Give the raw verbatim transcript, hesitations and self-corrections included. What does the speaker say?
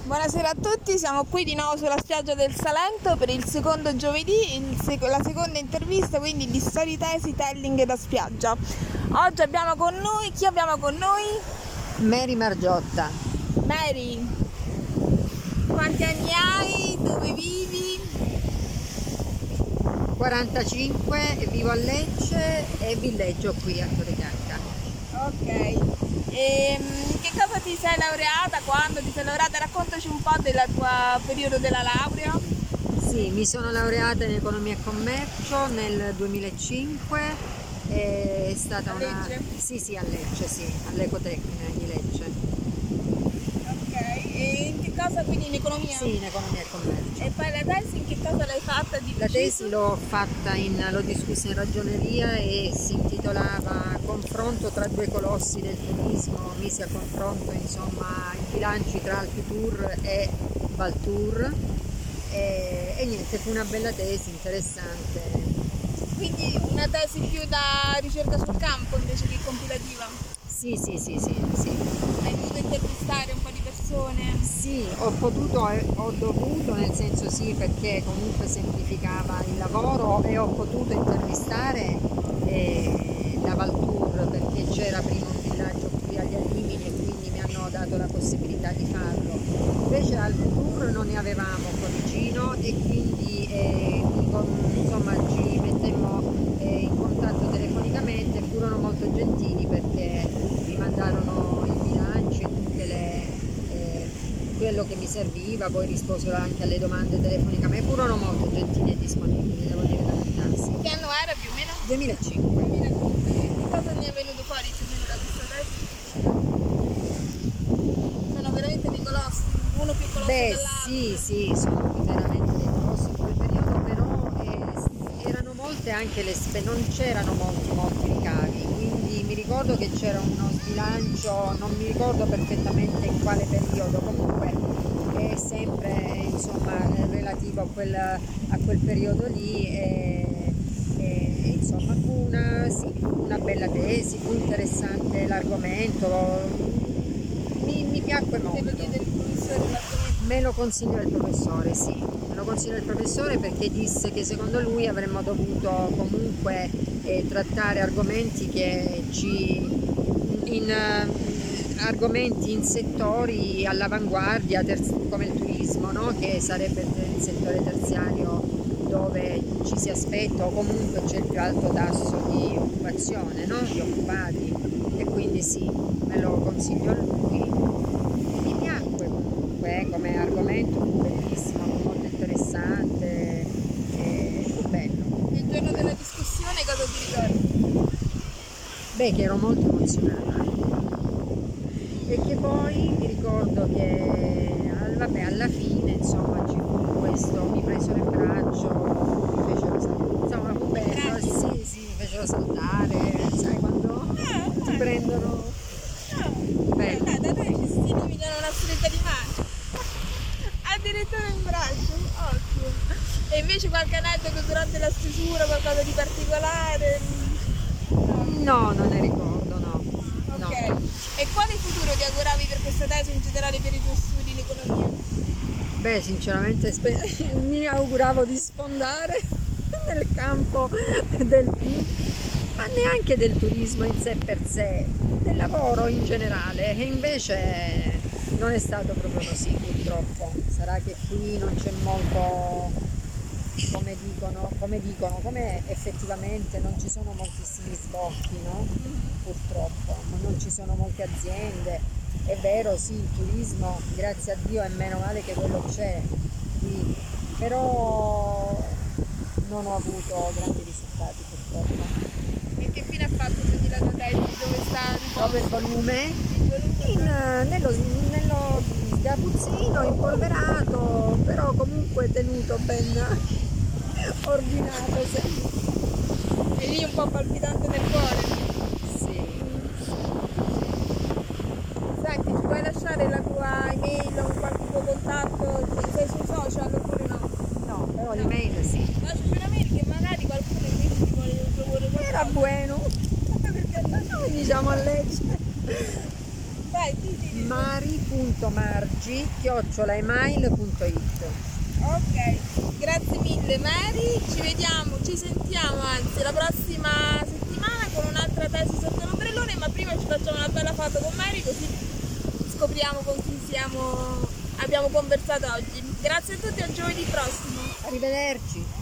Buonasera a tutti, siamo qui di nuovo sulla spiaggia del Salento per il secondo giovedì, il sec- la seconda intervista, quindi di storytelling da spiaggia. Oggi abbiamo con noi, chi abbiamo con noi? Mary Margiotta. Mary, quanti anni hai? Dove vivi? quarantacinque, vivo a Lecce e villeggio qui a Torrecacca. Ok. E in che cosa ti sei laureata? Quando ti sei laureata? Raccontaci un po' del tuo periodo della laurea. Sì, mi sono laureata in economia e commercio nel duemilacinque. È stata A una... Lecce? Sì, sì, a Lecce, sì, all'Ecotecnica di Lecce. Ok, e in che cosa quindi in economia? Sì, in economia e commercio. E poi la tesi in che cosa l'hai fatta di La preciso? tesi l'ho fatta in, l'ho discussa in ragioneria e si intitolava Confronto tra due colossi del turismo, mise a confronto insomma i bilanci tra Alpitour e Valtour e, e niente, fu una bella tesi, interessante. Quindi una tesi più da ricerca sul campo invece che compilativa? Sì, sì, sì, sì, sì. Hai dovuto intervistare un po' di persone? Sì, ho potuto e ho dovuto, nel senso sì, perché comunque semplificava il lavoro e ho potuto intervistare eh, la Valtour perché c'era prima un villaggio qui agli Alimini e quindi mi hanno dato la possibilità di farlo. Invece al Alpitour non ne avevamo qua vicino e quindi eh, insomma ci mettemmo eh, in contatto telefonicamente e furono molto gentili perché mi mandarono i bilanci e tutte le eh, quello che mi serviva, poi risposero anche alle domande telefonicamente, furono molto gentili e disponibili, devo dire la verità. Sì. Che anno era più o meno? duemilacinque. duemilacinque. Che cosa ne è venuto fuori più o meno da questa tesi? Sono veramente dei colossi, uno più colosso Beh dell'altro. sì, sì, sono veramente dei colossi in quel periodo, però eh, erano molte anche le spese, non c'erano molti molti ricavi, quindi mi ricordo che c'era uno sbilancio, non mi ricordo perfettamente in quale periodo, comunque è sempre insomma relativo a quel, a quel periodo lì e, e, insomma fu una, sì, una bella tesi, fu interessante l'argomento, mi, mi piacque Te lo molto. chiede il professore l'argomento? Me lo consigliò il professore, sì, me lo consigliò il professore perché disse che secondo lui avremmo dovuto comunque eh, trattare argomenti che ci in eh, argomenti in settori all'avanguardia come il turismo, no? Che sarebbe il settore terziario dove ci si aspetta o comunque c'è il più alto tasso di occupazione, no? Di occupati, e quindi sì, me lo consigliò lui. Mi piacque comunque come argomento, fu bellissimo, fu molto interessante e fu bello. Il giorno della discussione cosa ti ricordi? Beh, che ero molto emozionata e che poi mi ricordo che al- vabbè, alla fine insomma ci fu questo, mi presero in braccio, mi fecero saltare, insomma fu bello, sì sì, mi fecero saltare, sai quando Ah, ti ah, prendono, ah. bello. Dai, da noi ci si limitano una stretta di mano. Addirittura in braccio, ottimo. E invece qualche aneddoto durante la stesura, qualcosa di particolare? No, non ne ricordo, no, no. Ok. E quale futuro ti auguravi per questa tesi in generale per i tuoi studi in economia? Beh, sinceramente spe- mi auguravo di sfondare nel campo del, ma neanche del turismo in sé per sé, del lavoro in generale, e invece non è stato proprio così purtroppo. Sarà che qui non c'è molto, come dicono, come dicono, come effettivamente non ci sono moltissimi sbocchi, no? Purtroppo, ma non ci sono molte aziende. È vero, sì, il turismo, grazie a Dio, è meno male che quello c'è, sì, però non ho avuto grandi risultati purtroppo. E che fine ha fatto quindi la tua tesi? Dove sta Proprio il riposto? volume Il volume? in, nello, nello sgabuzzino impolverato, però comunque tenuto ben ordinato sempre. E lì un po' palpitante nel cuore. Sì. Senti, ci puoi lasciare la tua email o qualche tuo contatto? Sei sui social oppure no? No, però l'email sì. Lasciaci una mail che magari qualcuno invece ti vuole proporre qualcosa. Era buono. Noi diciamo a Lecce. Vai, sì, sì, sì. mari punto punto margi chiocciola email punto it. Ok, grazie mille Mary, ci vediamo, ci sentiamo anzi la prossima settimana con un'altra tesi sotto l'ombrellone, ma prima ci facciamo una bella foto con Mary così scopriamo con chi siamo, abbiamo conversato oggi. Grazie a tutti, a giovedì prossimo. Arrivederci.